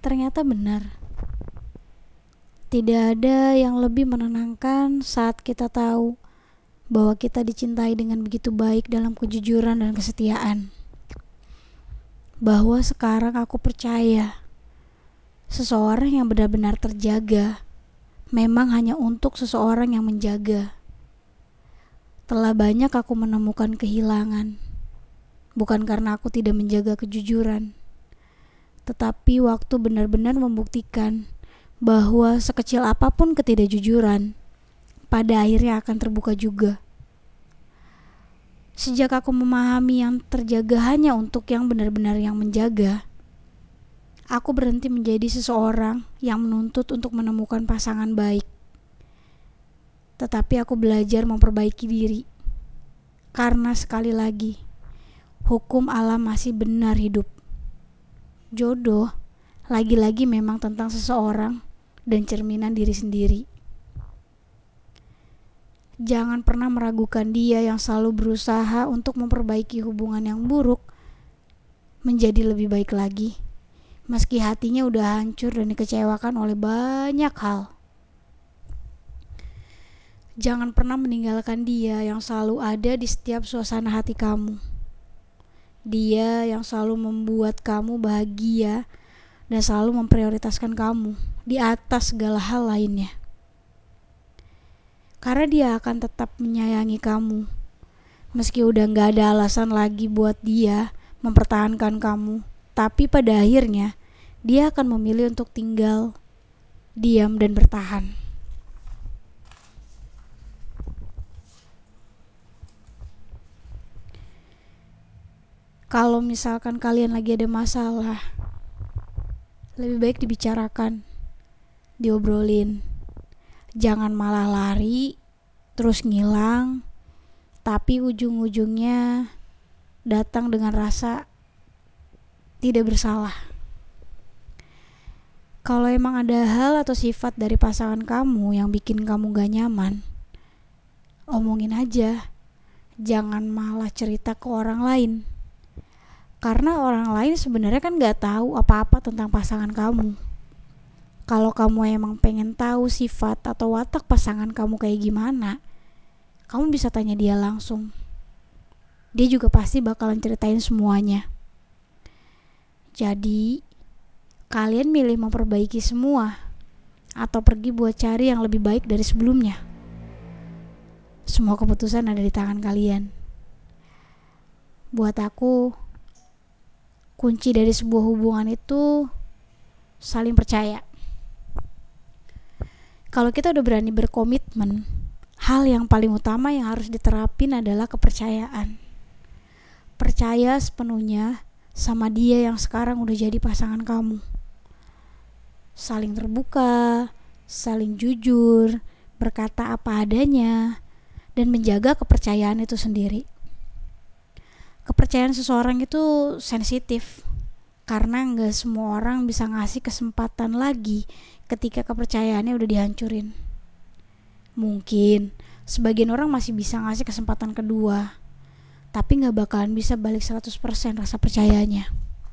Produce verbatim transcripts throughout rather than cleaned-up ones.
Ternyata benar. Tidak ada yang lebih menenangkan saat kita tahu bahwa kita dicintai dengan begitu baik dalam kejujuran dan kesetiaan. Bahwa sekarang aku percaya seseorang yang benar-benar terjaga memang hanya untuk seseorang yang menjaga. Telah banyak aku menemukan kehilangan, bukan karena aku tidak menjaga kejujuran, tetapi waktu benar-benar membuktikan bahwa sekecil apapun ketidakjujuran, pada akhirnya akan terbuka juga. Sejak aku memahami yang terjaga hanya untuk yang benar-benar yang menjaga, aku berhenti menjadi seseorang yang menuntut untuk menemukan pasangan baik. Tetapi aku belajar memperbaiki diri. Karena sekali lagi, hukum alam masih benar hidup. Jodoh, lagi-lagi memang tentang seseorang dan cerminan diri sendiri. Jangan pernah meragukan dia yang selalu berusaha untuk memperbaiki hubungan yang buruk menjadi lebih baik lagi, meski hatinya udah hancur dan dikecewakan oleh banyak hal. Jangan pernah meninggalkan dia yang selalu ada di setiap suasana hati kamu. Dia yang selalu membuat kamu bahagia dan selalu memprioritaskan kamu di atas segala hal lainnya. Karena dia akan tetap menyayangi kamu, meski udah gak ada alasan lagi buat dia mempertahankan kamu. Tapi pada akhirnya, dia akan memilih untuk tinggal, diam dan bertahan. Kalau misalkan kalian lagi ada masalah, lebih baik dibicarakan, diobrolin. Jangan malah lari, terus ngilang, tapi ujung-ujungnya datang dengan rasa tidak bersalah. Kalau emang ada hal atau sifat dari pasangan kamu yang bikin kamu gak nyaman, omongin aja. Jangan malah cerita ke orang lain. Karena orang lain sebenarnya kan gak tahu apa-apa tentang pasangan kamu. Kalau kamu emang pengen tahu sifat atau watak pasangan kamu kayak gimana, kamu bisa tanya dia langsung. Dia juga pasti bakalan ceritain semuanya. Jadi, kalian milih memperbaiki semua atau pergi buat cari yang lebih baik dari sebelumnya. Semua keputusan ada di tangan kalian. Buat aku, kunci dari sebuah hubungan itu saling percaya. Kalau kita udah berani berkomitmen, hal yang paling utama yang harus diterapin adalah kepercayaan. Percaya sepenuhnya sama dia yang sekarang udah jadi pasangan kamu. Saling terbuka, saling jujur, berkata apa adanya, dan menjaga kepercayaan itu sendiri. Kepercayaan seseorang itu sensitif, karena gak semua orang bisa ngasih kesempatan lagi ketika kepercayaannya udah dihancurin. Mungkin sebagian orang masih bisa ngasih kesempatan kedua, tapi gak bakalan bisa balik seratus persen rasa percayanya.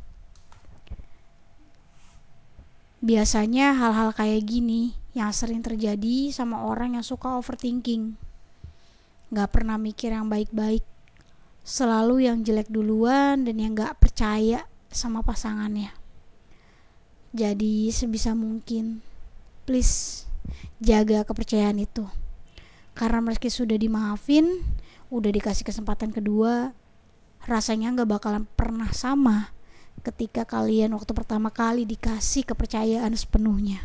Biasanya hal-hal kayak gini yang sering terjadi sama orang yang suka overthinking. Gak pernah mikir yang baik-baik, selalu yang jelek duluan dan yang gak percaya sama pasangannya. Jadi sebisa mungkin, please jaga kepercayaan itu. Karena meski sudah dimaafin, udah dikasih kesempatan kedua, rasanya gak bakalan pernah sama ketika kalian waktu pertama kali dikasih kepercayaan sepenuhnya.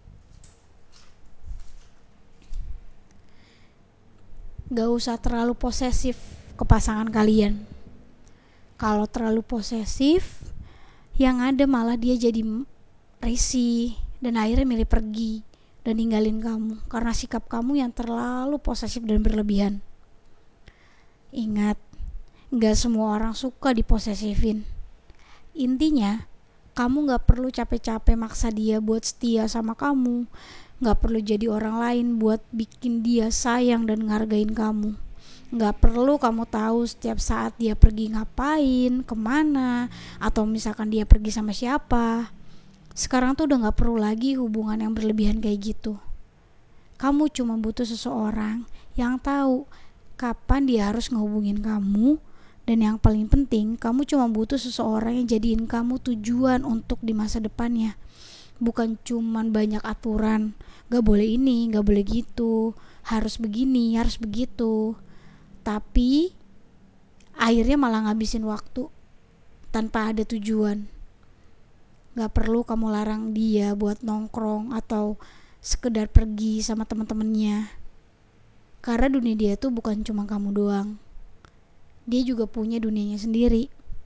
Gak usah terlalu posesif ke pasangan kalian. Kalau terlalu posesif, yang ada malah dia jadi risih dan akhirnya milih pergi dan ninggalin kamu karena sikap kamu yang terlalu posesif dan berlebihan. Ingat, gak semua orang suka diposesifin. Intinya, kamu gak perlu capek-capek maksa dia buat setia sama kamu. Gak perlu jadi orang lain buat bikin dia sayang dan ngargain kamu. Gak perlu kamu tahu setiap saat dia pergi ngapain, kemana, atau misalkan dia pergi sama siapa. Sekarang tuh udah gak perlu lagi hubungan yang berlebihan kayak gitu. Kamu cuma butuh seseorang yang tahu kapan dia harus ngehubungin kamu. Dan yang paling penting, kamu cuma butuh seseorang yang jadiin kamu tujuan untuk di masa depannya. Bukan cuman banyak aturan, gak boleh ini, gak boleh gitu, harus begini, harus begitu. Tapi akhirnya malah ngabisin waktu tanpa ada tujuan. Gak perlu kamu larang dia buat nongkrong atau sekedar pergi sama teman-temannya. Karena dunia dia tuh bukan cuma kamu doang. Dia juga punya dunianya sendiri.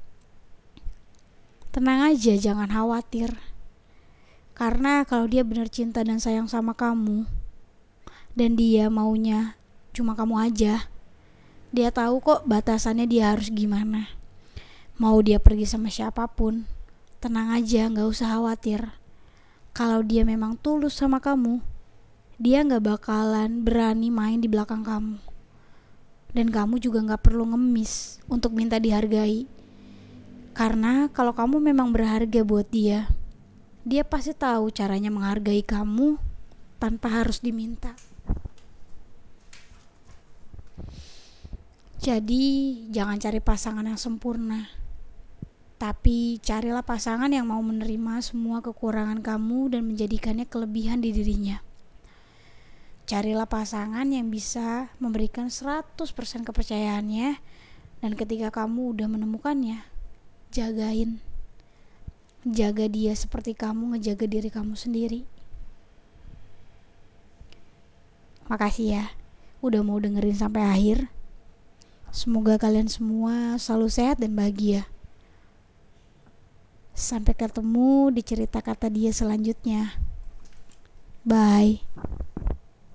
Tenang aja, jangan khawatir. Karena kalau dia benar cinta dan sayang sama kamu, dan dia maunya cuma kamu aja, dia tahu kok batasannya dia harus gimana. Mau dia pergi sama siapapun, tenang aja, gak usah khawatir. Kalau dia memang tulus sama kamu, dia gak bakalan berani main di belakang kamu. Dan kamu juga gak perlu ngemis untuk minta dihargai. Karena kalau kamu memang berharga buat dia, dia pasti tahu caranya menghargai kamu tanpa harus diminta. Jadi jangan cari pasangan yang sempurna, tapi carilah pasangan yang mau menerima semua kekurangan kamu dan menjadikannya kelebihan di dirinya. Carilah pasangan yang bisa memberikan seratus persen kepercayaannya, dan ketika kamu udah menemukannya, jagain. Jaga dia seperti kamu ngejaga diri kamu sendiri. Makasih ya udah mau dengerin sampai akhir. Semoga kalian semua selalu sehat dan bahagia. Sampai ketemu di cerita kata dia selanjutnya. Bye.